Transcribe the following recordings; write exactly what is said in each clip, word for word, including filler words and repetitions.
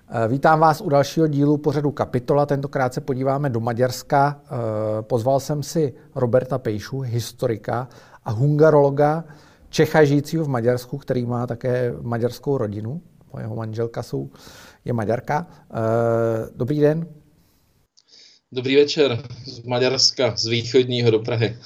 Vítám vás u dalšího dílu pořadu Kapitola. Tentokrát se podíváme do Maďarska. Pozval jsem si Roberta Pejšu, historika a hungarologa, Čecha žijícího v Maďarsku, který má také maďarskou rodinu. Jeho manželka jsou, je Maďarka. Dobrý den. Dobrý večer z Maďarska, z východního do Prahy.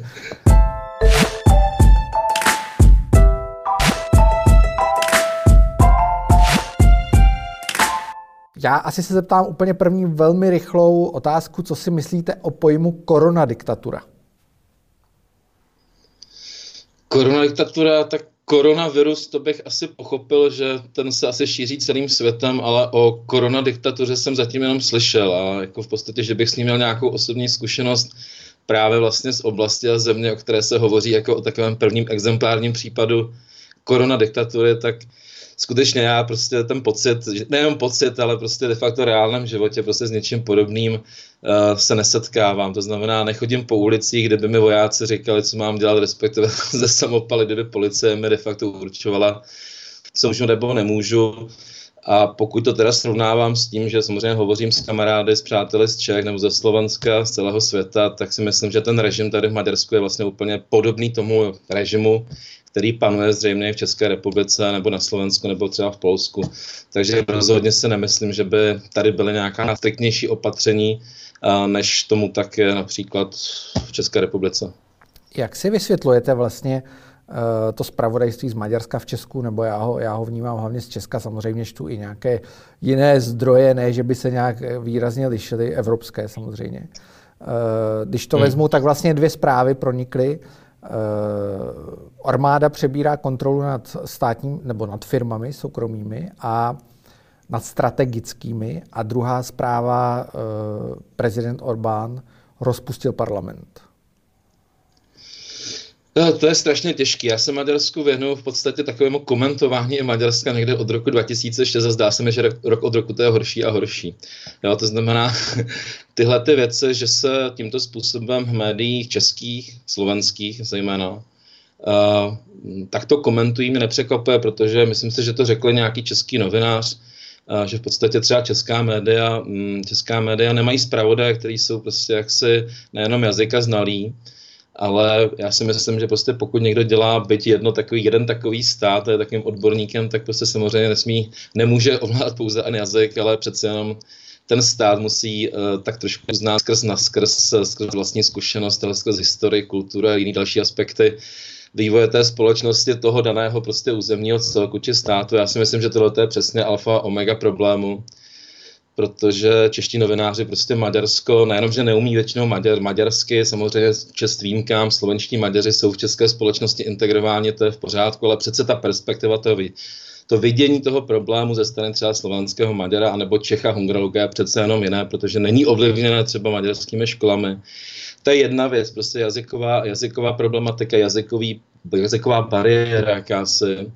Já asi se zeptám úplně první velmi rychlou otázku, co si myslíte o pojmu koronadiktatura? Koronadiktatura, tak koronavirus, to bych asi pochopil, že ten se asi šíří celým světem, ale o koronadiktatuře jsem zatím jenom slyšel a jako v podstatě, že bych s ním měl nějakou osobní zkušenost právě vlastně z oblasti a země, o které se hovoří jako o takovém prvním exemplárním případu koronadiktatury, tak skutečně já prostě ten pocit, nejenom pocit, ale prostě de facto v reálném životě prostě s něčím podobným uh, se nesetkávám. To znamená, nechodím po ulicích, kde by mi vojáci říkali, co mám dělat, respektive ze samopaly, kdyby policie mi de facto určovala, co můžu nebo nemůžu. A pokud to teda srovnávám s tím, že samozřejmě hovořím s kamarády, s přáteli z Čech nebo ze Slovenska, z celého světa, tak si myslím, že ten režim tady v Maďarsku je vlastně úplně podobný tomu režimu, který panuje zřejmě v České republice nebo na Slovensku nebo třeba v Polsku. Takže rozhodně si nemyslím, že by tady byly nějaká striktnější opatření, než tomu tak je například v České republice. Jak si vysvětlujete vlastně to zpravodajství z Maďarska v Česku, nebo já ho, já ho vnímám hlavně z Česka, samozřejmě čtu i nějaké jiné zdroje, ne, že by se nějak výrazně lišily, evropské samozřejmě. Když to hmm. vezmu, tak vlastně dvě zprávy pronikly. Armáda přebírá kontrolu nad státním nebo nad firmami soukromými a nad strategickými a druhá zpráva, prezident Orbán rozpustil parlament. No, to je strašně těžký. Já se Maďarsku věnuju v podstatě takovému komentování Maďarska někde od roku dva tisíce šest a zdá se mi, že rok od roku to je horší a horší. Jo, to znamená, tyhle ty věci, že se tímto způsobem v médiích českých, slovenských zejména, uh, tak to komentují, mě nepřekvapuje, protože myslím si, že to řekl nějaký český novinář, uh, že v podstatě třeba česká média, um, česká média nemají zpravodaje, který jsou prostě jaksi nejenom jazyka znalí, ale já si myslím, že prostě pokud někdo dělá byť jedno takový, jeden takový stát, je takovým odborníkem, tak prostě samozřejmě nesmí, nemůže ovládat pouze ani jazyk, ale přece jenom ten stát musí uh, tak trošku znát skrz naskrz, skrz vlastní zkušenost, ale skrz historii, kulturu a jiné další aspekty vývoje té společnosti, toho daného prostě územního celku či státu. Já si myslím, že tohle je přesně alfa omega problému, protože čeští novináři prostě Maďarsko, nejenom, že neumí většinou maďar, maďarsky, samozřejmě čest výjimkám, slovenští Maďaři jsou v české společnosti integrováni, to je v pořádku, ale přece ta perspektiva, to, to vidění toho problému ze strany třeba slovenského Maďara anebo Čecha, hungarologa je přece jenom jiné, protože není ovlivněné třeba maďarskými školami. To je jedna věc, prostě jazyková, jazyková problematika, jazykový, jazyková bariéra jakási.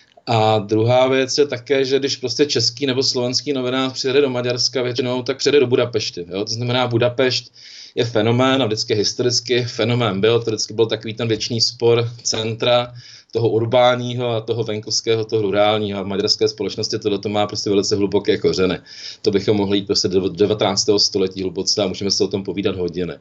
A druhá věc je také, že když prostě český nebo slovenský novinář přijede do Maďarska většinou, tak přijede do Budapešti. Jo? To znamená, Budapešť je fenomén a vždycky historicky fenomén byl. To vždycky byl takový ten věčný spor centra toho urbánního a toho venkovského, toho rurálního. A v maďarské společnosti tohle má prostě velice hluboké kořeny. To bychom mohli jít prostě do devatenáctého století hluboce a můžeme se o tom povídat hodiny.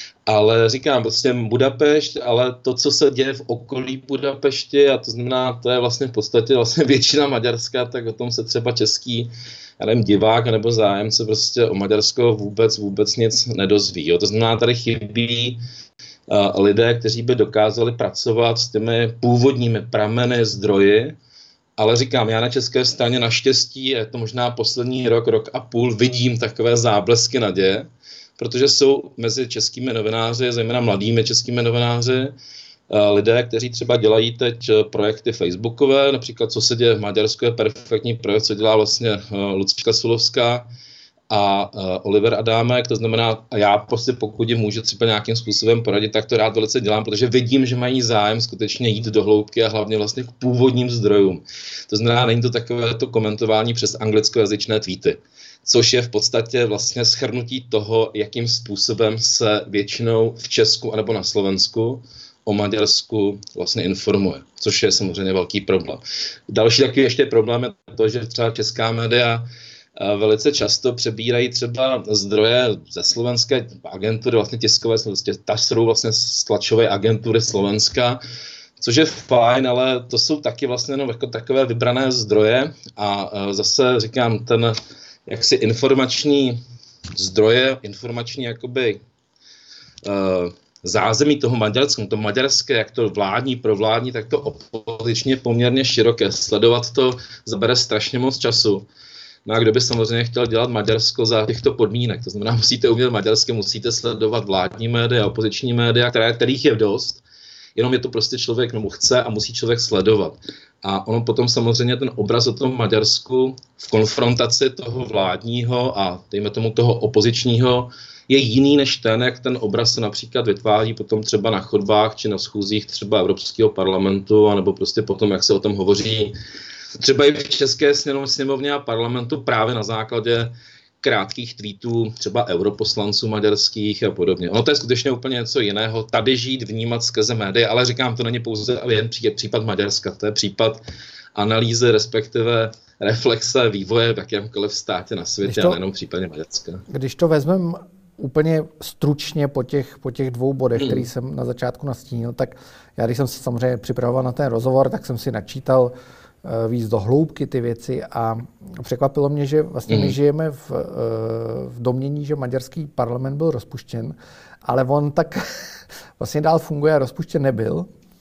Ale říkám, prostě Budapešť, ale to, co se děje v okolí Budapešti, a to znamená, to je vlastně v podstatě vlastně většina Maďarska, tak o tom se třeba český, já nevím, divák nebo zájemce prostě o Maďarsko vůbec, vůbec nic nedozví. Jo. To znamená, tady chybí uh, lidé, kteří by dokázali pracovat s těmi původními prameny, zdroji, ale říkám, já na české straně naštěstí, je to možná poslední rok, rok a půl, vidím takové záblesky naděje, protože jsou mezi českými novináři, zejména mladými českými novináři, lidé, kteří třeba dělají teď projekty facebookové, například Co se děje v Maďarsku je perfektní projekt, co dělá vlastně Lucka Sulovská a Oliver Adámek, to znamená, a já prostě pokud jim můžu třeba nějakým způsobem poradit, tak to rád velice dělám, protože vidím, že mají zájem skutečně jít do hloubky a hlavně vlastně k původním zdrojům. To znamená, není to takové to komentování přes anglickojazyčné tweety, což je v podstatě vlastně shrnutí toho, jakým způsobem se většinou v Česku anebo na Slovensku o Maďarsku vlastně informuje, což je samozřejmě velký problém. Další takový ještě problém je to, že třeba česká média velice často přebírají třeba zdroje ze slovenské agentury, vlastně tiskové, ta jsou vlastně z tlačové agentury Slovenska, což je fajn, ale to jsou taky vlastně jenom jako takové vybrané zdroje a zase říkám, ten jaksi informační zdroje, informační jakoby uh, zázemí toho Maďarska, to maďarské, jak to vládní, provládní, tak to opozičně poměrně široké. Sledovat to zabere strašně moc času. No a kdo by samozřejmě chtěl dělat Maďarsko za těchto podmínek? To znamená, musíte umět maďarsky, musíte sledovat vládní média, opoziční média, které, kterých je dost, jenom je to prostě člověk nebo chce a musí člověk sledovat. A ono potom samozřejmě ten obraz o tom Maďarsku v konfrontaci toho vládního a dejme tomu toho opozičního je jiný než ten, jak ten obraz se například vytváří potom třeba na chodbách či na schůzích třeba Evropského parlamentu, anebo prostě potom, jak se o tom hovoří třeba i v České sněmovně a parlamentu právě na základě krátkých tweetů třeba europoslanců maďarských a podobně. Ono to je skutečně úplně něco jiného. Tady žít, vnímat skrze média, ale říkám, to není pouze jen případ Maďarska, to je případ analýzy, respektive reflexe vývoje v jakémkoliv státě na světě, to, a nejenom v případě Maďarska. Když to vezmeme úplně stručně po těch, po těch dvou bodech, hmm. který jsem na začátku nastínil, tak já, když jsem se samozřejmě připravoval na ten rozhovor, tak jsem si načítal víc do hloubky ty věci a překvapilo mě, že vlastně mm. my žijeme v, v domnění, že maďarský parlament byl rozpuštěn, ale on tak vlastně dál funguje a rozpuštěn nebyl.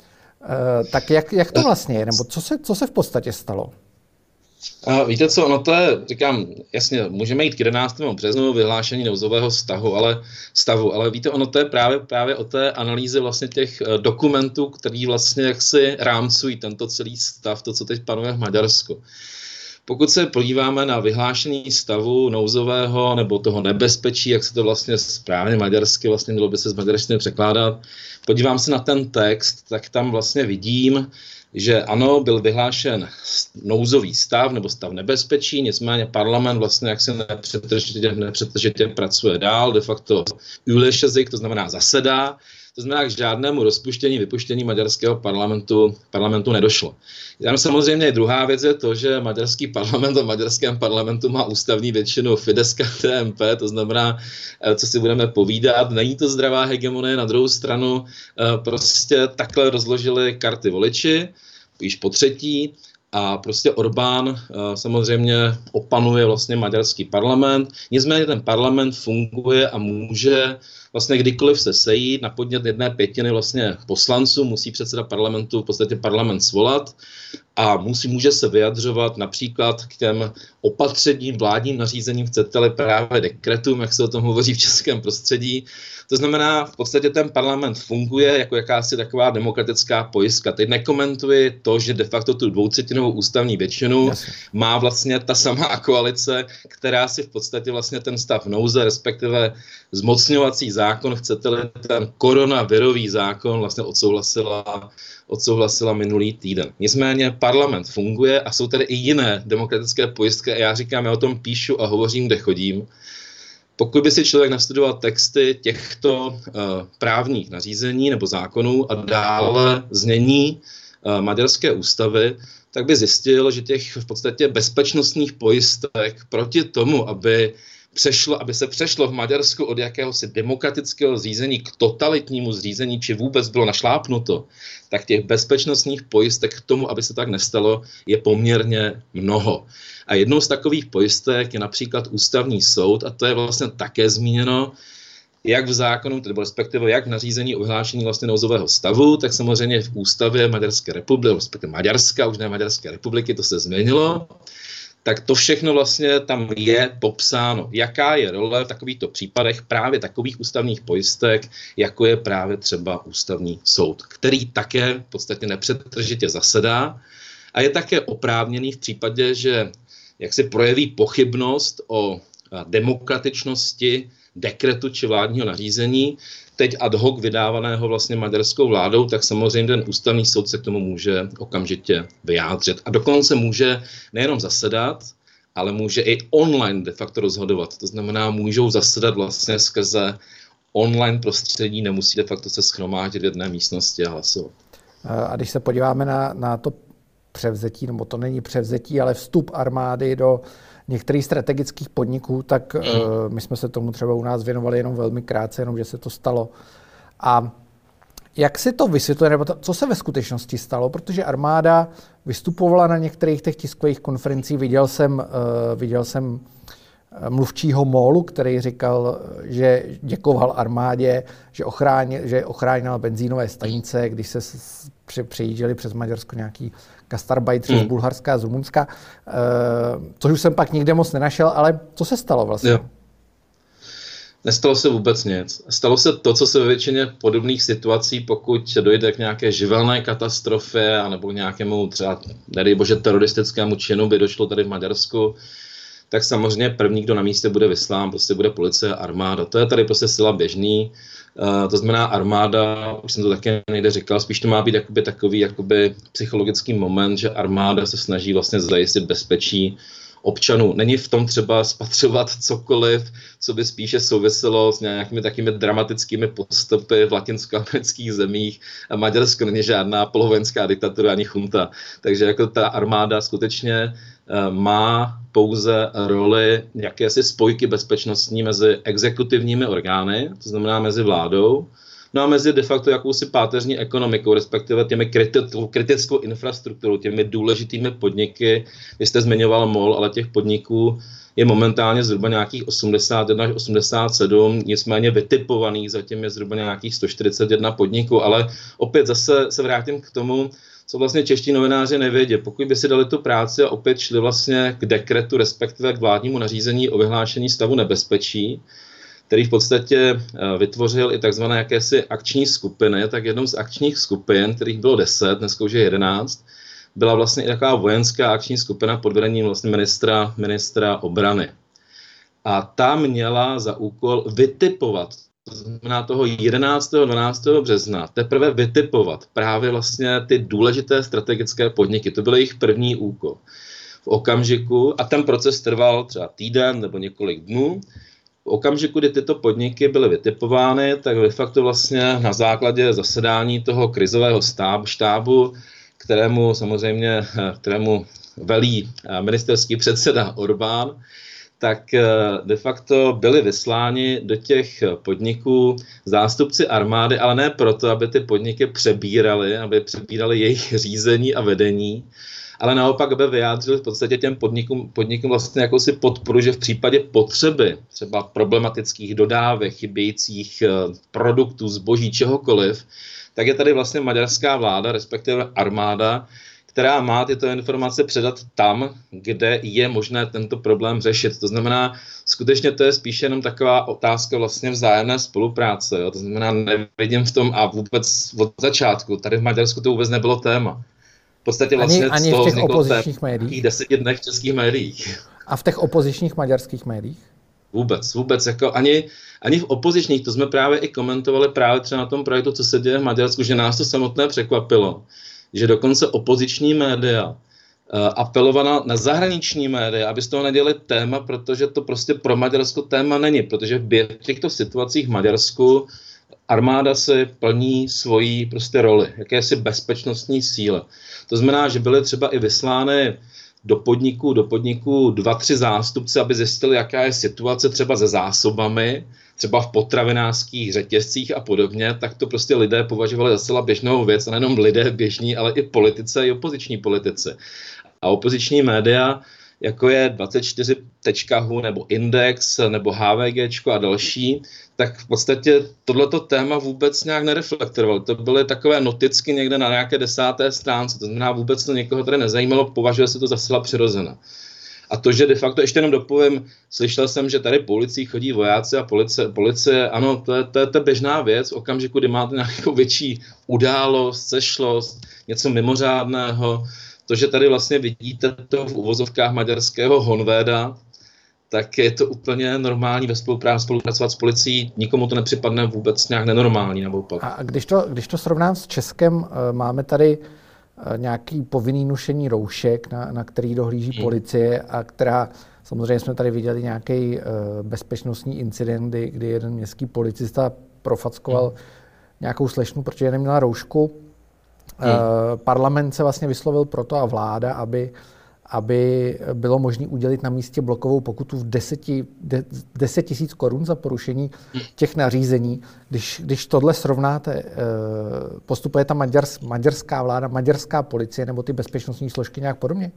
Tak jak, jak to vlastně je? Nebo co se, co se v podstatě stalo? A víte co, ono to je, říkám, jasně, můžeme jít k jedenáctému březnu vyhlášení nouzového stavu, ale, stavu, ale víte, ono to je právě, právě o té analýze vlastně těch dokumentů, který vlastně jaksi rámcují tento celý stav, to, co teď panuje v Maďarsku. Pokud se podíváme na vyhlášení stavu nouzového nebo toho nebezpečí, jak se to vlastně správně maďarsky, vlastně mělo by se z maďarštiny překládat, podívám se na ten text, tak tam vlastně vidím, že ano, byl vyhlášen nouzový stav nebo stav nebezpečí, nicméně parlament vlastně jak se nepřetržitě, nepřetržitě pracuje dál, de facto üleskezik, to znamená zasedá, to znamená, že k žádnému rozpuštění, vypuštění maďarského parlamentu, parlamentu nedošlo. Tam samozřejmě druhá věc je to, že maďarský parlament a v maďarském parlamentu má ústavní většinu Fideska T M P, to znamená, co si budeme povídat, není to zdravá hegemonie, na druhou stranu prostě takhle rozložili karty voliči, již po třetí, a prostě Orbán samozřejmě opanuje vlastně maďarský parlament, nicméně ten parlament funguje a může vlastně kdykoliv se sejít na podnět jedné pětiny vlastně poslanců, musí předseda parlamentu v podstatě parlament svolat a musí, může se vyjadřovat například k těm opatřením, vládním nařízením, chcete-li právě dekretům, jak se o tom hovoří v českém prostředí. To znamená, v podstatě ten parlament funguje jako jakási taková demokratická pojistka. Teď nekomentuji to, že de facto tu dvoutřetinovou ústavní většinu Jasně. má vlastně ta samá koalice, která si v podstatě vlastně ten stav nouze, respektive zmocňovací zákon, chcete-li ten koronavirový zákon vlastně odsouhlasila, odsouhlasila minulý týden. Nicméně parlament funguje a jsou tady i jiné demokratické pojistky a já říkám, já o tom píšu a hovořím, kde chodím. Pokud by si člověk nastudoval texty těchto uh, právních nařízení nebo zákonů a dále znění uh, maďarské ústavy, tak by zjistil, že těch v podstatě bezpečnostních pojistek proti tomu, aby přešlo, aby se přešlo v Maďarsku od jakéhosi demokratického zřízení k totalitnímu zřízení, či vůbec bylo našlápnuto, tak těch bezpečnostních pojistek k tomu, aby se tak nestalo, je poměrně mnoho. A jednou z takových pojistek je například ústavní soud, a to je vlastně také zmíněno, jak v zákonu, tedy respektive jak v nařízení o vyhlášení vlastně nouzového stavu, tak samozřejmě v ústavě Maďarské republiky, respektive Maďarska, už ne Maďarské republiky, to se změnilo. Tak to všechno vlastně tam je popsáno, jaká je role v takovýchto případech právě takových ústavních pojistek, jako je právě třeba ústavní soud, který také v podstatě nepřetržitě zasedá a je také oprávněný v případě, že jak se projeví pochybnost o demokratičnosti dekretu či vládního nařízení, teď ad hoc vydávaného vlastně maďarskou vládou, tak samozřejmě ten ústavní soud se k tomu může okamžitě vyjádřit. A dokonce může nejenom zasedat, ale může i online de facto rozhodovat. To znamená, můžou zasedat vlastně skrze online prostředí, nemusí de facto se shromáždit v jedné místnosti a hlasovat. A když se podíváme na, na to převzetí, nebo to není převzetí, ale vstup armády do některých strategických podniků, tak mm. uh, my jsme se tomu třeba u nás věnovali jenom velmi krátce, jenom že se to stalo. A jak si to vysvětluje, nebo to, co se ve skutečnosti stalo? Protože armáda vystupovala na některých těch tiskových konferencích. Viděl jsem, uh, viděl jsem mluvčího MOLu, který říkal, že děkoval armádě, že, ochránil, že ochránila benzínové stanice, když se při, přejížděli přes Maďarsko nějaký gastarbajtři hmm. z Bulharska a z Rumunska. Uh, což už jsem pak nikde moc nenašel, ale co se stalo vlastně? Jo. Nestalo se vůbec nic. Stalo se to, co se ve většině podobných situací, pokud dojde k nějaké živelné katastrofě anebo k nějakému třeba, nedej bože, teroristickému činu, by došlo tady v Maďarsku, tak samozřejmě první, kdo na místě bude vyslán, prostě bude policie a armáda. To je tady prostě sila běžný. Uh, to znamená armáda, už jsem to také někde říkal, spíš to má být jakoby takový jakoby psychologický moment, že armáda se snaží vlastně zajistit bezpečí občanů. Není v tom třeba spatřovat cokoliv, co by spíše souviselo s nějakými takými dramatickými postupy v latinskoamerických zemích. A Maďarsko není žádná polovojenská diktatura ani chunta. Takže jako ta armáda skutečně uh, má pouze roli jakési spojky bezpečnostní mezi exekutivními orgány, to znamená mezi vládou, no a mezi de facto jakousi páteřní ekonomikou, respektive těmi kritickou, kritickou infrastrukturou, těmi důležitými podniky. Vy jste zmiňoval MOL, ale těch podniků je momentálně zhruba nějakých osmdesát jedna až osmdesát sedm, nicméně vytipovaných zatím je zhruba nějakých sto čtyřicet jedna podniků, ale opět zase se vrátím k tomu, co vlastně čeští novináři nevědí. Pokud by si dali tu práci a opět šli vlastně k dekretu, respektive k vládnímu nařízení o vyhlášení stavu nebezpečí, který v podstatě vytvořil i takzvané jakési akční skupiny, tak jednou z akčních skupin, kterých bylo deset, dneska už je jedenáct, byla vlastně i taková vojenská akční skupina pod vedením vlastně ministra, ministra obrany. A ta měla za úkol vytipovat, to znamená toho jedenáctého dvanáctého března, teprve vytipovat právě vlastně ty důležité strategické podniky. To byl jejich první úkol. V okamžiku, a ten proces trval třeba týden nebo několik dnů, v okamžiku, kdy tyto podniky byly vytipovány, tak de facto vlastně na základě zasedání toho krizového štábu, štábu kterému samozřejmě kterému velí ministerský předseda Orbán, tak de facto byli vysláni do těch podniků zástupci armády, ale ne proto, aby ty podniky přebírali, aby přebírali jejich řízení a vedení, ale naopak, aby vyjádřili v podstatě těm podnikům, podnikům vlastně jakousi podporu, že v případě potřeby třeba problematických dodávek, chybějících produktů, zboží, čehokoliv, tak je tady vlastně maďarská vláda, respektive armáda, která má tyto informace předat tam, kde je možné tento problém řešit. To znamená, skutečně to je spíše jenom taková otázka vlastně vzájemné spolupráce. Jo? To znamená, nevidím v tom a vůbec od začátku, tady v Maďarsku to vůbec nebylo téma. V podstatě vlastně ani, ani z toho v těch opozičních médiích. deseti dnech v českých médiích. A v těch opozičních maďarských médiích? Vůbec, vůbec. Jako ani, ani v opozičních, to jsme právě i komentovali právě třeba na tom projektu, co se děje v Maďarsku, že nás to samotné překvapilo, že dokonce opoziční média uh, apelovala na zahraniční média, aby z toho nedělali téma, protože to prostě pro Maďarsko téma není, protože v těchto situacích v Maďarsku armáda si plní svoji prostě roli, jakési bezpečnostní síle. To znamená, že byly třeba i vyslány do podniku, do podniku dva, tři zástupci, aby zjistili, jaká je situace třeba se zásobami, třeba v potravinářských řetězcích a podobně, tak to prostě lidé považovali za zcela běžnou věc, a nejenom lidé běžní, ale i politice, i opoziční politici. A opoziční média, jako je dvacet čtyři tečka hu nebo Index nebo há vé géčko a další, tak v podstatě tohleto téma vůbec nějak nereflektoval. To byly takové noticky někde na nějaké desáté stránce, to znamená vůbec to někoho tady nezajímalo, považuje se to za zcela přirozené. A to, že de facto, ještě jenom dopovím, slyšel jsem, že tady po ulicích chodí vojáci a policie, policie ano, to je, to, je, to je běžná věc, v okamžiku, kdy máte nějakou větší událost, sešlost, něco mimořádného, to, že tady vlastně vidíte to v uvozovkách maďarského Honvéda, tak je to úplně normální ve spolupráci spolupracovat s policií, nikomu to nepřipadne vůbec nějak nenormální nebo opak. A když to, když to srovnám s Českem, máme tady nějaký povinný nošení roušek, na, na který dohlíží hmm. policie a která, samozřejmě jsme tady viděli nějaký bezpečnostní incident, kdy, kdy jeden městský policista profackoval hmm. nějakou slečnu, protože neměla roušku. Hmm. Parlament se vlastně vyslovil proto a vláda, aby aby bylo možné udělit na místě blokovou pokutu v deset tisíc korun za porušení těch nařízení. Když, když tohle srovnáte, postupuje ta maďars, maďarská vláda, maďarská policie nebo ty bezpečnostní složky nějak podobně?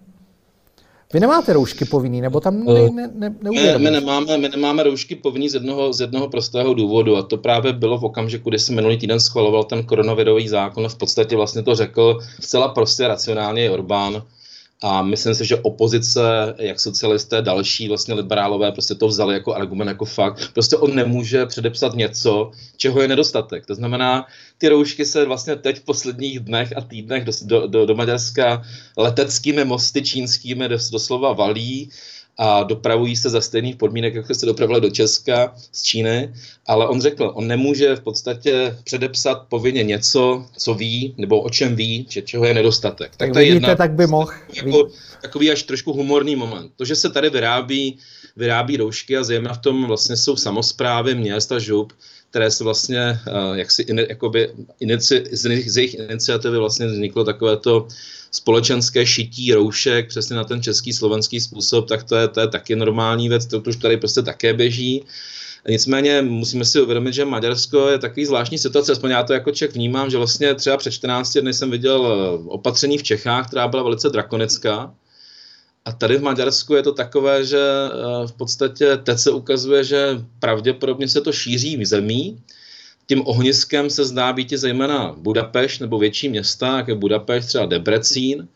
Vy nemáte roušky povinný, nebo tam ne, ne, ne, ne, my, nemáme, my nemáme roušky povinný z jednoho, z jednoho prostého důvodu a to právě bylo v okamžiku, kdy se minulý týden schvaloval ten koronavirový zákon. V podstatě vlastně to řekl zcela prostě racionálně Orbán. A myslím si, že opozice, jak socialisté, další vlastně liberálové, prostě to vzali jako argument, jako fakt. Prostě on nemůže předepsat něco, čeho je nedostatek. To znamená, ty roušky se vlastně teď v posledních dnech a týdnech do, do, do, do Maďarska leteckými mosty čínskými doslova valí a dopravují se za stejných podmínek, jako se dopravili do Česka z Číny, ale on řekl, on nemůže v podstatě předepsat povinně něco, co ví, nebo o čem ví, že čeho je nedostatek. Tak, tak to je vidíte, jedna, tak by mohl. Jako, takový až trošku humorný moment. To, že se tady vyrábí, vyrábí roušky a zejména v tom vlastně jsou samosprávy, měst a žup, které se vlastně, uh, jak si in, jakoby, inici, z, z jejich iniciativy vlastně vzniklo takovéto společenské šití roušek přesně na ten český, slovenský způsob, tak to je, to je taky normální věc, to už tady prostě také běží. Nicméně musíme si uvědomit, že Maďarsko je takový zvláštní situace, aspoň já to jako Čech vnímám, že vlastně třeba před čtrnácti dny jsem viděl opatření v Čechách, která byla velice drakonická. A tady v Maďarsku je to takové, že v podstatě teď se ukazuje, že pravděpodobně se to šíří v zemí. Tím ohniskem se zdá být zejména Budapešť nebo větší města, jako je Budapešť, třeba Debrecín,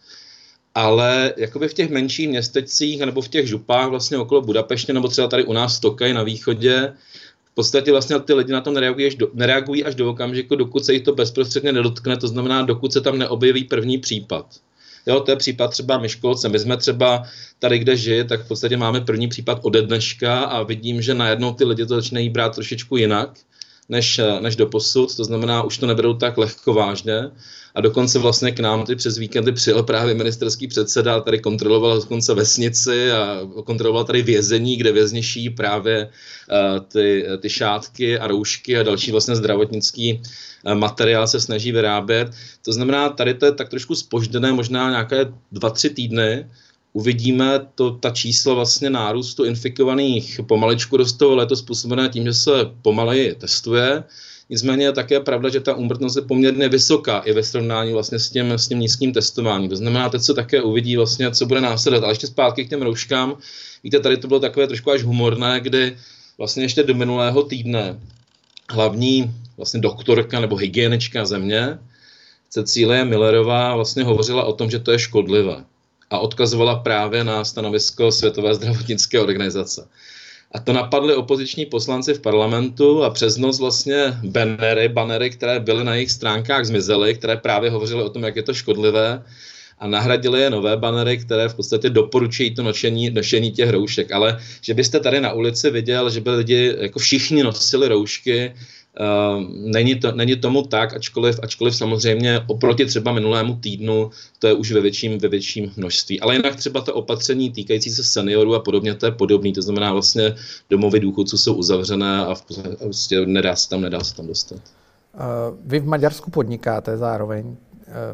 ale jakoby v těch menších městečcích nebo v těch župách vlastně okolo Budapeště nebo třeba tady u nás v Tokaji na východě, v podstatě vlastně ty lidi na to nereagují až do, nereagují až do okamžiku, dokud se jich to bezprostředně nedotkne, to znamená, dokud se tam neobjeví první případ. Jo, to je případ třeba Myškolce. My jsme třeba tady, kde žije, tak v podstatě máme první případ ode dneška a vidím, že najednou ty lidi to začínají brát trošičku jinak než, než doposud, to znamená, už to neberou tak lehko vážně a dokonce vlastně k nám ty přes víkendy přijel právě ministerský předseda, tady kontroloval dokonce vesnici a kontroloval tady vězení, kde vězněší právě uh, ty, ty šátky a roušky a další vlastně zdravotnický uh, materiál se snaží vyrábět. To znamená, tady to je tak trošku zpožděné, možná nějaké dva, tři týdny, uvidíme to, ta čísla vlastně nárůstu infikovaných pomaličku rostou, ale je to způsobené tím, že se pomaleji testuje. Nicméně je také pravda, že ta úmrtnost je poměrně vysoká i ve srovnání vlastně s tím, s tím nízkým testováním. To znamená, teď se také uvidí vlastně, co bude následovat. Ale ještě zpátky k těm rouškám. Víte, tady to bylo takové trošku až humorné, kdy vlastně ještě do minulého týdne hlavní vlastně doktorka nebo hygienička země, Cecílie Millerová, vlastně hovořila o tom, že to je škodlivé. A odkazovala právě na stanovisko Světové zdravotnické organizace. A to napadly opoziční poslanci v parlamentu a přes noc vlastně banery, banery, které byly na jejich stránkách, zmizely, které právě hovořily o tom, jak je to škodlivé a nahradili je nové banery, které v podstatě doporučují to nošení, nošení těch roušek. Ale že byste tady na ulici viděl, že by lidi jako všichni nosili roušky, Uh, není, to, není tomu tak, ačkoliv, ačkoliv samozřejmě oproti třeba minulému týdnu to je už ve větším, ve větším množství. Ale jinak třeba to opatření týkající se seniorů a podobně, to je podobný. To znamená vlastně domovy důchodců jsou uzavřené a prostě nedá se tam, nedá se tam dostat. Uh, vy v Maďarsku podnikáte zároveň. Uh,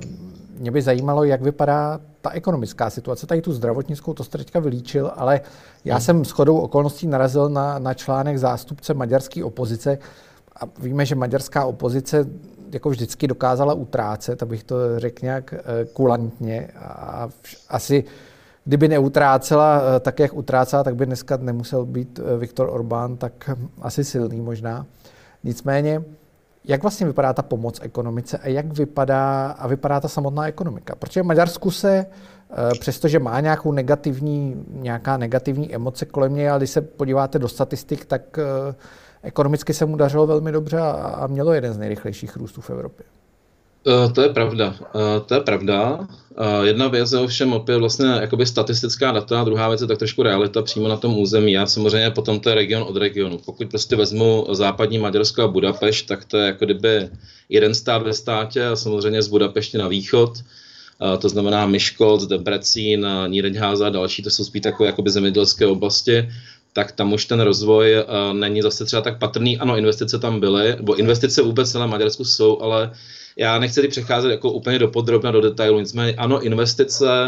mě by zajímalo, jak vypadá ta ekonomická situace. Tady tu zdravotnickou, to jste teďka vylíčil, ale já hmm. jsem shodou okolností narazil na, na článek zástupce maďarské opozice. A víme, že maďarská opozice jako vždycky dokázala utrácet, abych to řekl nějak kulantně. A asi, kdyby neutrácela tak, jak utrácela, tak by dneska nemusel být Viktor Orbán tak asi silný možná. Nicméně, jak vlastně vypadá ta pomoc ekonomice a jak vypadá, a vypadá ta samotná ekonomika? Protože v Maďarsku se, přestože má nějakou negativní, nějaká negativní emoce kolem něj, ale když se podíváte do statistik, tak ekonomicky se mu dařilo velmi dobře a mělo jeden z nejrychlejších růstů v Evropě. Uh, to je pravda. Uh, to je pravda. Uh, jedna věc je ovšem opět vlastně jakoby statistická data, a druhá věc je tak trošku realita přímo na tom území. Já samozřejmě potom to je region od regionu. Pokud prostě vezmu západní Maďarsko a Budapešť, tak to je jako kdyby jeden stát ve státě a samozřejmě z Budapešti na východ. Uh, to znamená Myškolc, Debrecín, Nyíregyháza a další, to jsou spíš takové jakoby zemědělské oblasti. Tak tam už ten rozvoj uh, není zase třeba tak patrný. Ano, investice tam byly, bo investice vůbec celé Maďarsku jsou, ale já nechci teď přecházet jako úplně do podrobna, do detailu. Nicméně ano, investice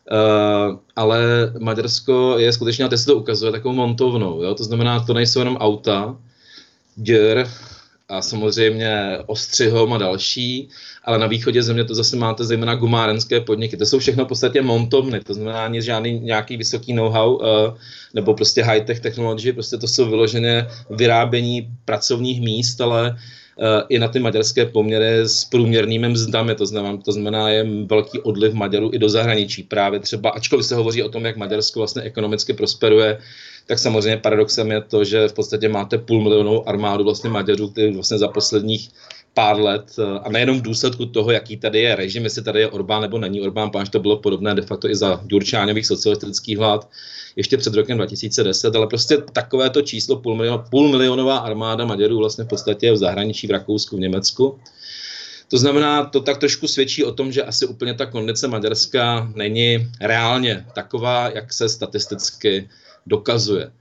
Uh, ale Maďarsko je skutečně, a teď se to ukazuje, takovou montovnou. Jo? To znamená, to nejsou jenom auta, děr a samozřejmě ostřihom a další, ale na východě země to zase máte zejména gumárenské podniky. To jsou všechno v podstatě montovny, to znamená ani žádný nějaký vysoký know-how uh, nebo prostě high-tech technology, prostě to jsou vyloženě vyrábění pracovních míst, ale Uh, i na ty maďarské poměry s průměrnými mzdami, to znamená, to znamená je velký odliv Maďarů i do zahraničí. Právě třeba, ačkoliv se hovoří o tom, jak Maďarsko vlastně ekonomicky prosperuje, tak samozřejmě paradoxem je to, že v podstatě máte půl milionovou armádu vlastně Maďarů, kteří vlastně za posledních pár let, a nejenom v důsledku toho, jaký tady je režim, jestli tady je Orbán nebo není Orbán, protože to bylo podobné de facto i za Gyurčáňových socialistických vlád, ještě před rokem dva tisíce deset, ale prostě takovéto číslo půl, milion, půl milionová armáda Maďarů vlastně v podstatě je v zahraničí, v Rakousku, v Německu. To znamená, to tak trošku svědčí o tom, že asi úplně ta kondice Maďarska není reálně taková, jak se statisticky dokazuje.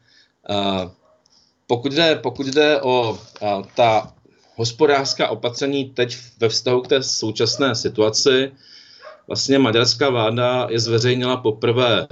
Pokud jde, pokud jde o ta hospodářská opatření teď ve vztahu k té současné situaci, vlastně maďarská vláda je zveřejnila poprvé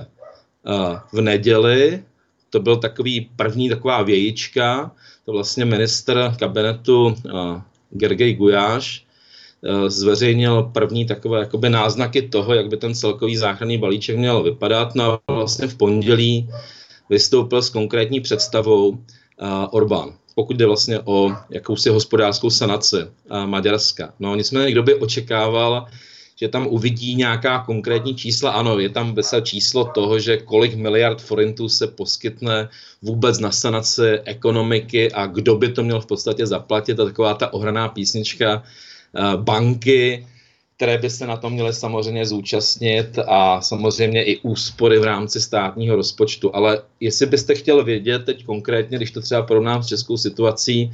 v neděli, to byl takový první taková vějička, to vlastně ministr kabinetu Gergely Gulyás zveřejnil první takové jakoby náznaky toho, jak by ten celkový záchranný balíček měl vypadat. No a vlastně v pondělí vystoupil s konkrétní představou Orbán, pokud jde vlastně o jakousi hospodářskou sanaci Maďarska. No nicméně, kdo by očekával, že tam uvidí nějaká konkrétní čísla. Ano, je tam vysel číslo toho, že kolik miliard forintů se poskytne vůbec na sanaci ekonomiky a kdo by to měl v podstatě zaplatit. A taková ta ohraná písnička banky, které by se na tom měly samozřejmě zúčastnit a samozřejmě i úspory v rámci státního rozpočtu. Ale jestli byste chtěl vědět teď konkrétně, když to třeba porovnám s českou situací,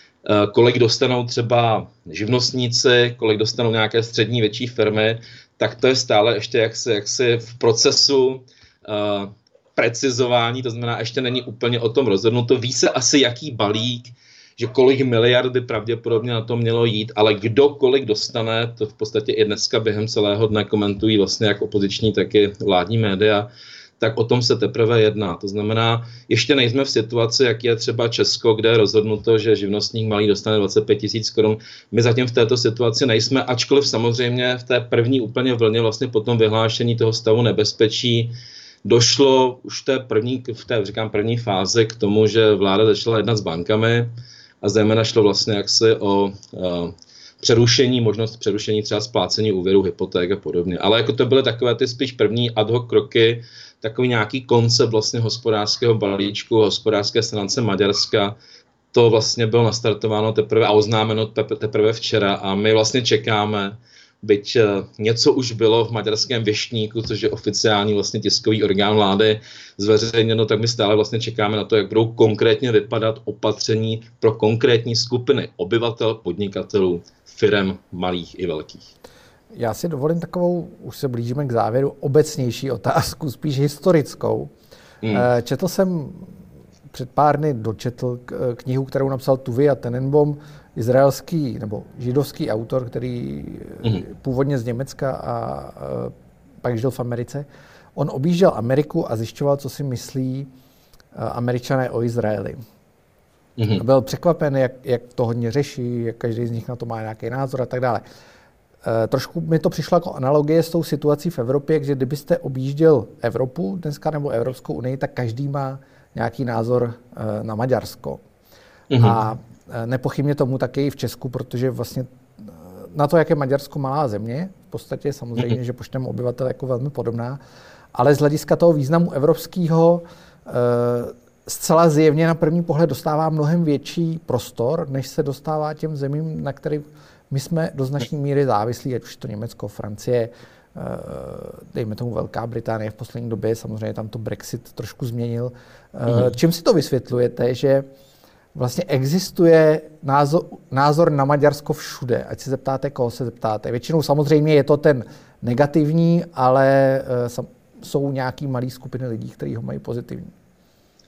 kolik dostanou třeba živnostníci, kolik dostanou nějaké střední větší firmy, tak to je stále ještě jaksi, jaksi v procesu uh, precizování, to znamená, ještě není úplně o tom rozhodnuto. Ví se asi, jaký balík, že kolik miliard by pravděpodobně na to mělo jít, ale kdo kolik dostane, to v podstatě i dneska během celého dne komentují vlastně jak opoziční, tak i vládní média, tak o tom se teprve jedná. To znamená, ještě nejsme v situaci, jak je třeba Česko, kde je rozhodnuto, že živnostník malý dostane dvacet pět tisíc korun. My zatím v této situaci nejsme, ačkoliv samozřejmě v té první úplně vlně vlastně po tom vyhlášení toho stavu nebezpečí došlo už v té první, v té, říkám, první fázi k tomu, že vláda začala jednat s bankami a zejména šlo vlastně jaksi o uh, přerušení, možnost přerušení třeba splácení úvěru, hypoték a podobně. Ale jako to byly takové ty spíš první ad hoc kroky, takový nějaký koncept vlastně hospodářského balíčku, hospodářské sanace Maďarska, to vlastně bylo nastartováno teprve a oznámeno teprve včera a my vlastně čekáme, byť něco už bylo v maďarském věštníku, což je oficiální vlastně tiskový orgán vlády zveřejněno, tak my stále vlastně čekáme na to, jak budou konkrétně vypadat opatření pro konkrétní skupiny obyvatel, podnikatelů, firem malých i velkých. Já si dovolím takovou, už se blížíme k závěru, obecnější otázku, spíš historickou. Hmm. Četl jsem před pár dny, dočetl knihu, kterou napsal Tuvia Tenenbaum, izraelský nebo židovský autor, který hmm. původně z Německa a pak žil v Americe. On objížděl Ameriku a zjišťoval, co si myslí Američané o Izraeli. Hmm. Byl překvapen, jak, jak to hodně řeší, jak každý z nich na to má nějaký názor a tak dále. Trošku mi to přišlo jako analogie s tou situací v Evropě, že kdybyste objížděl Evropu dneska nebo Evropskou unii, tak každý má nějaký názor na Maďarsko. Mm-hmm. A nepochybně tomu taky i v Česku, protože vlastně na to, jak je Maďarsko malá země, v podstatě samozřejmě, mm-hmm. že počtem obyvatel jako velmi podobná, ale z hlediska toho významu evropského zcela zjevně na první pohled dostává mnohem větší prostor, než se dostává těm zemím, na kterých my jsme do značné míry závislí, ať už to Německo, Francie, dejme tomu Velká Británie v poslední době, samozřejmě tam to Brexit trošku změnil. Mm-hmm. Čím si to vysvětlujete, že vlastně existuje názor, názor na Maďarsko všude, ať se zeptáte, koho se zeptáte. Většinou samozřejmě je to ten negativní, ale jsou nějaký malý skupiny lidí, kteří ho mají pozitivní.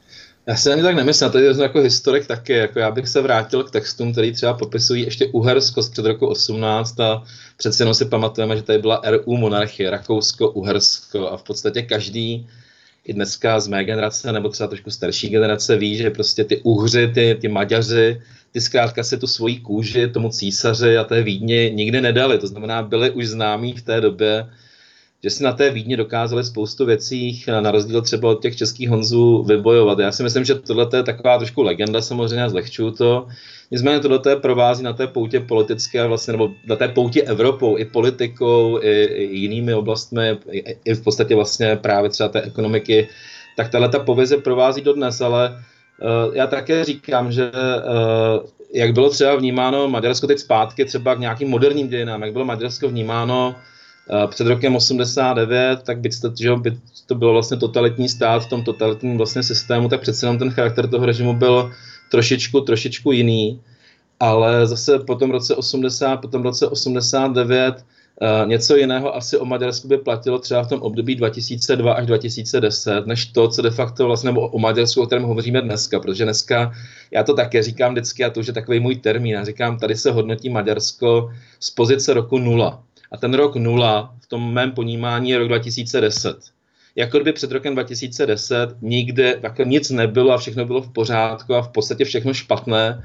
Já si ani tak nemyslím, to je jako historik taky, jako já bych se vrátil k textům, který třeba popisují ještě Uhersko z před roku osmnáct a přeci jenom si pamatujeme, že tady byla R U monarchie, Rakousko, Uhersko a v podstatě každý i dneska z mé generace nebo třeba trošku starší generace ví, že prostě ty Uhři, ty, ty Maďaři, ty zkrátka si tu svoji kůži tomu císaři a té Vídni nikdy nedali, to znamená byli už známí v té době, že si na té Vídni dokázali spoustu věcí, na rozdíl třeba od těch českých Honzů, vybojovat. Já si myslím, že tohle je taková trošku legenda, samozřejmě zlehčuju to. Nicméně tohle je provází na té poutě politické, vlastně, nebo na té poutě Evropou, i politikou, i, i jinými oblastmi, i, i v podstatě vlastně právě třeba té ekonomiky. Tak tahle ta pověze provází dodnes, ale uh, já také říkám, že uh, jak bylo třeba vnímáno Maďarsko teď zpátky třeba k nějakým moderním dějinám, jak bylo Maďarsko vnímáno před rokem osmdesát devět, tak byť to, že by to bylo vlastně totalitní stát v tom totalitním vlastně systému, tak přece jenom ten charakter toho režimu byl trošičku, trošičku jiný. Ale zase po tom roce osmdesát, po tom roce osmdesát devět uh, něco jiného asi o Maďarsku by platilo třeba v tom období dva tisíce dva až dva tisíce deset, než to, co de facto vlastně, nebo o Maďarsku, o kterém hovoříme dneska, protože dneska, já to také říkám vždycky, a to už je takový můj termín, já říkám, tady se hodnotí Maďarsko z pozice roku nula. A ten rok nula v tom mém ponímání je rok dva tisíce deset. Jako kdyby před rokem dva tisíce deset nikde jako nic nebylo a všechno bylo v pořádku a v podstatě všechno špatné,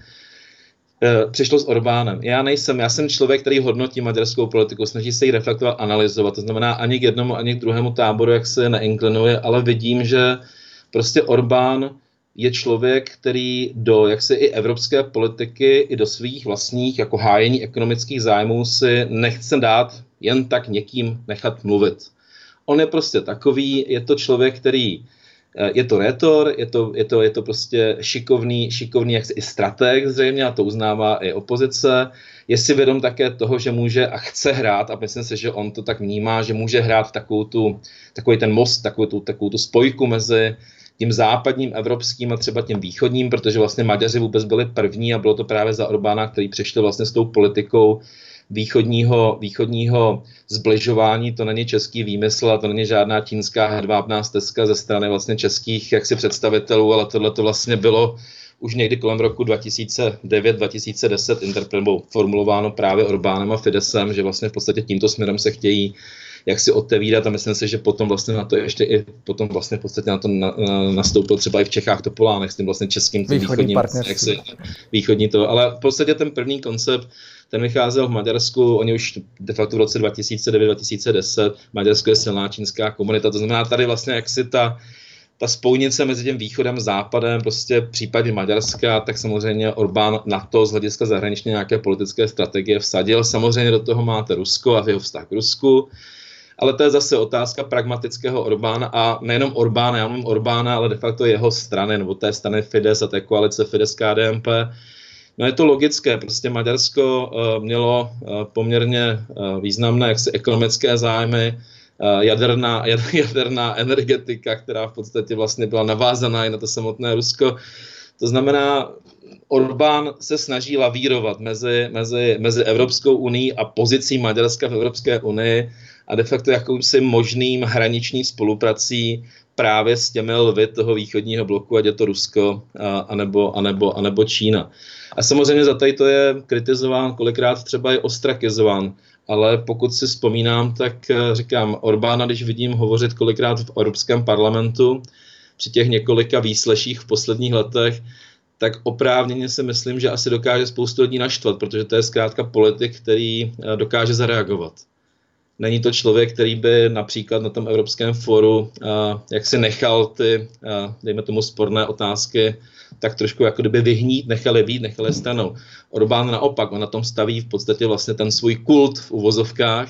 e, přišlo s Orbánem. Já nejsem, já jsem člověk, který hodnotí maďarskou politiku, snaží se ji reflektovat, analyzovat. To znamená ani k jednomu, ani k druhému táboru, jak se neinklinuje, ale vidím, že prostě Orbán je člověk, který do jaksi i evropské politiky, i do svých vlastních jako hájení ekonomických zájmů si nechce dát jen tak někým nechat mluvit. On je prostě takový, je to člověk, který, je to rétor, je to, je to, je to prostě šikovný, šikovný jaksi i stratég zřejmě, a to uznává i opozice. Je si vědom také toho, že může a chce hrát, a myslím si, že on to tak vnímá, že může hrát takovou tu, takový ten most, takovou tu, takovou tu spojku mezi tím západním evropským a třeba tím východním, protože vlastně Maďaři vůbec byli první a bylo to právě za Orbána, který přišel vlastně s tou politikou východního, východního zbližování. To není český výmysl a to není žádná čínská hedvábná stezka ze strany vlastně českých jaksi představitelů, ale tohle to vlastně bylo už někdy kolem roku dva tisíce devět dva tisíce deset interpretováno, formulováno právě Orbánem a Fidesem, že vlastně v podstatě tímto směrem se chtějí jak si otevírat, a myslím si, že potom vlastně na to ještě i potom vlastně v podstatě na to na, na, nastoupil třeba i v Čechách Topolánek s tím vlastně českým tím východním, jaksi, východní to, ale v podstatě ten první koncept, ten vycházel v Maďarsku, oni už de facto v roce dva tisíce devět dva tisíce deset, Maďarsko je silná čínská komunita, to znamená tady vlastně jaksi ta ta spojnice mezi tím východem a západem, prostě v případě Maďarska, tak samozřejmě Orbán na to z hlediska zahraničně nějaké politické strategie vsadil. Samozřejmě do toho máte Rusko a jeho vztah k Rusku, ale to je zase otázka pragmatického Orbána a nejenom Orbána, já mluvím Orbána, ale de facto jeho strany, nebo té strany Fidesz a té koalice Fidesz K D M P. No je to logické, prostě Maďarsko uh, mělo uh, poměrně uh, významné jaksi ekonomické zájmy, Jaderná, jaderná energetika, která v podstatě vlastně byla navázaná i na to samotné Rusko. To znamená, Orbán se snaží lavírovat mezi, mezi, mezi Evropskou unii a pozicí Maďarska v Evropské unii a de facto jakousi možným hraniční spoluprací právě s těmi lvy toho východního bloku, ať je to Rusko a, anebo, anebo, anebo Čína. A samozřejmě za tady to je kritizován, kolikrát třeba je ostrakizován. Ale pokud si vzpomínám, tak říkám, Orbána, když vidím hovořit kolikrát v Evropském parlamentu při těch několika výsleších v posledních letech, tak oprávněně si myslím, že asi dokáže spoustu lidí naštvat, protože to je zkrátka politik, který dokáže zareagovat. Není to člověk, který by například na tom Evropském fóru jak si nechal ty, dejme tomu, sporné otázky tak trošku jako kdyby vyhnít, nechali být, nechali stranou. Orbán naopak, on na tom staví v podstatě vlastně ten svůj kult v uvozovkách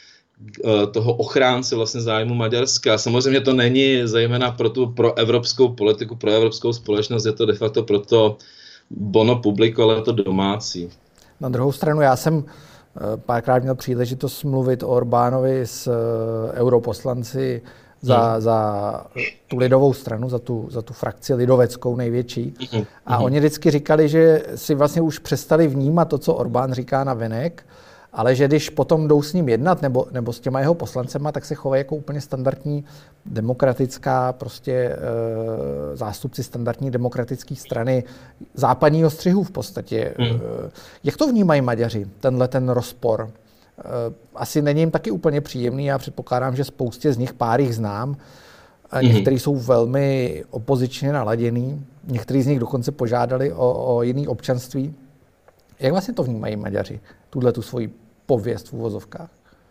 toho ochránce vlastně zájmu Maďarska. Samozřejmě to není zejména pro tu pro evropskou politiku, pro evropskou společnost, je to de facto pro to bono publico, ale je to domácí. Na druhou stranu já jsem párkrát měl příležitost mluvit o Orbánovi s europoslanci za, hmm. za tu lidovou stranu, za tu, za tu frakci lidoveckou největší. Hmm. A oni vždycky říkali, že si vlastně už přestali vnímat to, co Orbán říká na venek, ale že když potom jdou s ním jednat nebo, nebo s těma jeho poslancema, tak se chovají jako úplně standardní demokratická, prostě e, zástupci standardní demokratické strany západního střihu v podstatě. Mm. E, jak to vnímají Maďaři, tenhle ten rozpor? E, asi není jim taky úplně příjemný, já předpokládám, že spoustě z nich, pár jich znám, a někteří jsou velmi opozičně naladěný, někteří z nich dokonce požádali o, o jiné občanství. Jak vlastně to vnímají Maďaři, tuhle tu svoji pověst v uvozovkách?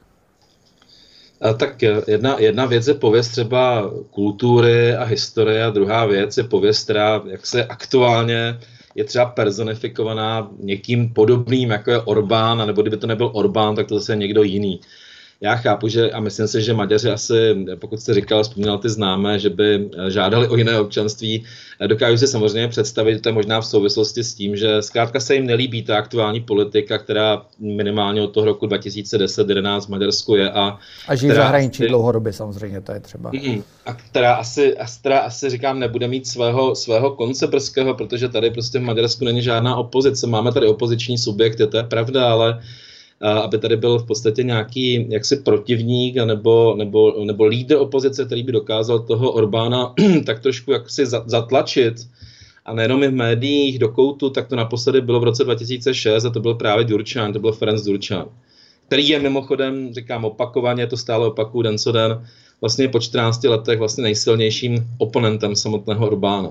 A tak jedna, jedna věc je pověst třeba kultury a historie a druhá věc je pověst, která jak se aktuálně je třeba personifikovaná někým podobným, jako je Orbán, a nebo kdyby to nebyl Orbán, tak to zase je někdo jiný. Já chápu, že a myslím si, že Maďaři asi, pokud jste říkal, vzpomínal ty známé, že by žádali o jiné občanství, dokážu si samozřejmě představit, to je možná v souvislosti s tím, že zkrátka se jim nelíbí ta aktuální politika, která minimálně od toho roku dva tisíce deset jedenáct v Maďarsku je. A, a žijí v zahraničí asi, dlouhodobě samozřejmě, to je třeba. A která asi, a která asi říkám, nebude mít svého, svého konce brzkého, protože tady prostě v Maďarsku není žádná opozice. Máme tady opoziční subjekty, to je pravda, ale aby tady byl v podstatě nějaký jaksi protivník nebo, nebo, nebo lídr opozice, který by dokázal toho Orbána tak trošku jaksi zatlačit a nejenom i v médiích do koutu, tak to naposledy bylo v roce dva tisíce šest a to byl právě Gyurcsány, to byl Ferenc Gyurcsány, který je mimochodem, říkám opakovaně, to stále opakuju den co den, vlastně po čtrnácti letech vlastně nejsilnějším oponentem samotného Orbána.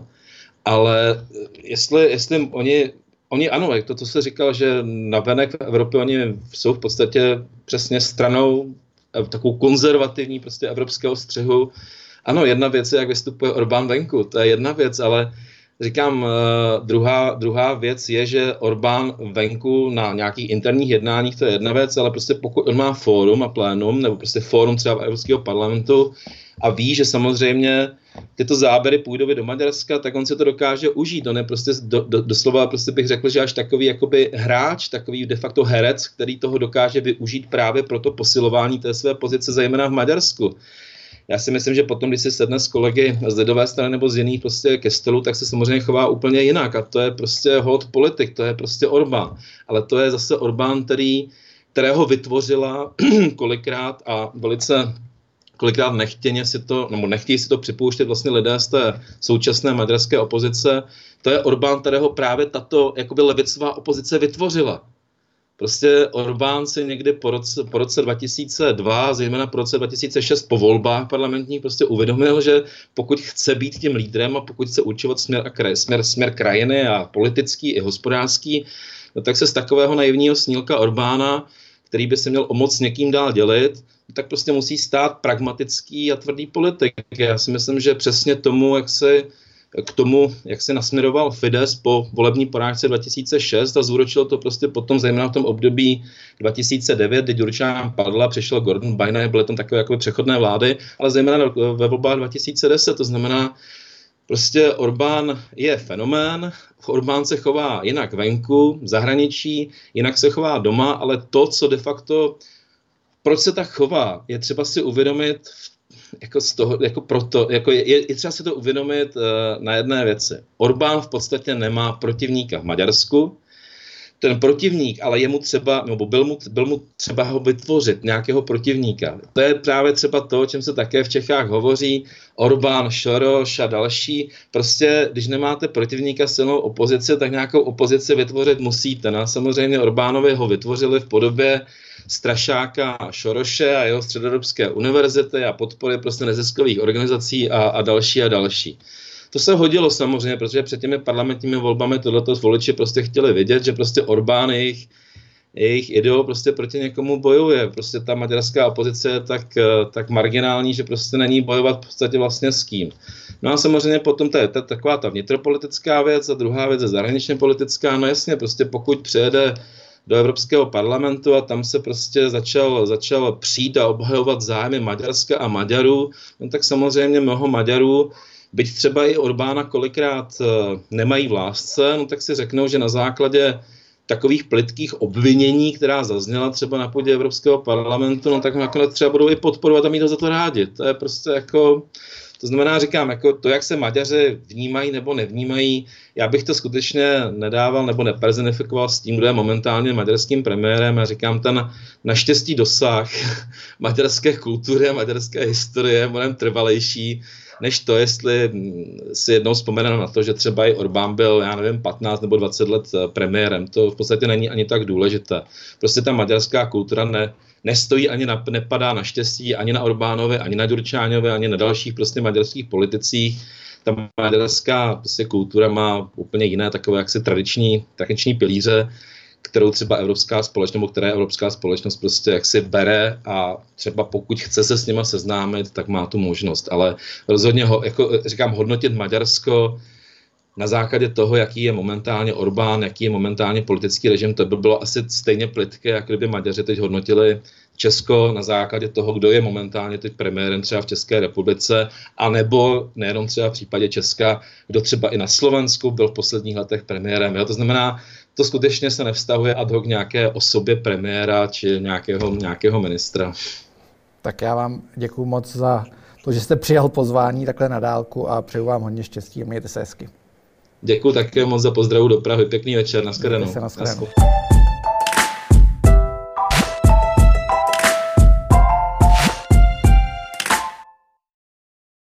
Ale jestli, jestli oni Oni ano, jak to, co se říkal, že navenek v Evropě oni jsou v podstatě přesně stranou takovou konzervativní prostě evropského střihu. Ano, jedna věc je, jak vystupuje Orbán venku, to je jedna věc, ale říkám, druhá, druhá věc je, že Orbán venku na nějakých interních jednáních, to je jedna věc, ale prostě pokud on má fórum a plénum, nebo prostě fórum třeba Evropského parlamentu a ví, že samozřejmě tyto záběry půjdou do Maďarska, tak on se to dokáže užít. On je prostě do, do, doslova, prostě bych řekl, že až takový jakoby hráč, takový de facto herec, který toho dokáže využít právě pro to posilování té své pozice, zejména v Maďarsku. Já si myslím, že potom, když si sedne s kolegy z lidové strany nebo z jiných prostě ke stolu, tak se samozřejmě chová úplně jinak. A to je prostě hot politik, to je prostě Orbán. Ale to je zase Orbán, který, kterého vytvořila kolikrát a velice kolikrát nechtěně si to, nebo nechtějí si to připouštět vlastně lidé z té současné maďarské opozice. To je Orbán, kterého právě tato jakoby levicová opozice vytvořila. Prostě Orbán si někdy po roce, po roce dva tisíce dva, zejména po roce dva tisíce šest po volbách parlamentních prostě uvědomil, že pokud chce být tím lídrem a pokud chce určovat směr, a kraj, směr, směr krajiny a politický i hospodářský, no tak se z takového naivního snílka Orbána, který by se měl o moc s někým dál dělit, tak prostě musí stát pragmatický a tvrdý politik. Já si myslím, že přesně tomu, jak se k tomu, jak se nasměroval Fidesz po volební porážce dva tisíce šest a zúročil to prostě potom zejména v tom období dva tisíce devět, kdy Gyurcsány padla, přišel Gordon Bajnai, byly tam takové jakoby přechodné vlády, ale zejména ve volbách dva tisíce deset, to znamená, prostě Orbán je fenomén, Orbán se chová jinak venku, v zahraničí, jinak se chová doma, ale to, co de facto, proč se tak chová, je třeba si uvědomit jako z toho, jako proto, jako je, je třeba si to uvědomit uh, na jedné věci. Orbán v podstatě nemá protivníka v Maďarsku. Ten protivník, ale je mu třeba, nebo byl mu, byl mu třeba ho vytvořit, nějakého protivníka. To je právě třeba to, o čem se také v Čechách hovoří, Orbán, Soros a další. Prostě, když nemáte protivníka silnou opozici, tak nějakou opozici vytvořit musíte. No, samozřejmě Orbánovi ho vytvořili v podobě strašáka Soroše a jeho středoevropské univerzity a podpory prostě neziskových organizací a, a další a další. To se hodilo samozřejmě, protože před těmi parlamentními volbami tohleto voliči prostě chtěli vidět, že prostě Orbán, jejich, jejich idol prostě proti někomu bojuje. Prostě ta maďarská opozice je tak, tak marginální, že prostě není bojovat v podstatě vlastně s kým. No a samozřejmě potom to je ta, taková ta vnitropolitická věc a druhá věc je zahraničně politická. No jasně, prostě pokud přijede do Evropského parlamentu a tam se prostě začal, začal přijít a obhajovat zájmy Maďarska a Maďarů, no tak samozřejmě mnoho Maďarů, byť třeba i Orbána kolikrát nemají v lásce, no tak si řeknou, že na základě takových plytkých obvinění, která zazněla třeba na půdě Evropského parlamentu, no tak nakonec třeba budou i podporovat a mít ho za to rádi. To je prostě jako, To znamená, říkám, jako to, jak se Maďaři vnímají nebo nevnímají, já bych to skutečně nedával nebo nepersonifikoval s tím, kdo je momentálně maďarským premiérem. A říkám, ten naštěstí dosah maďarské kultury a maďarské historie je mnohem trvalejší, než to, jestli si jednou vzpomeneme na to, že třeba i Orbán byl, já nevím, patnáct nebo dvacet let premiérem. To v podstatě není ani tak důležité. Prostě ta maďarská kultura ne, nestojí ani na, nepadá na štěstí, ani na Orbánovi, ani na Ďurčáňovi, ani na dalších prostě maďarských politicích. Ta maďarská prostě kultura má úplně jiné takové jaksi tradiční, tradiční pilíře, kterou třeba evropská společnost, nebo které evropská společnost prostě jaksi bere a třeba pokud chce se s nima seznámit, tak má tu možnost. Ale rozhodně, ho, jako říkám, hodnotit Maďarsko na základě toho, jaký je momentálně Orbán, jaký je momentálně politický režim, to by bylo asi stejně plitké, jako kdyby Maďaři teď hodnotili Česko na základě toho, kdo je momentálně teď premiérem třeba v České republice, anebo nejenom třeba v případě Česka, kdo třeba i na Slovensku byl v posledních letech premiérem. Jo? To znamená, to skutečně se nevztahuje ad hoc nějaké osobě premiéra či nějakého, nějakého ministra. Tak já vám děkuju moc za to, že jste přijal pozvání takhle na dálku a přeju vám hodně štěstí a mějte se hezky. Děkuju také moc za pozdravu do Prahy. Pěkný večer, nashledanou. Nashledanou.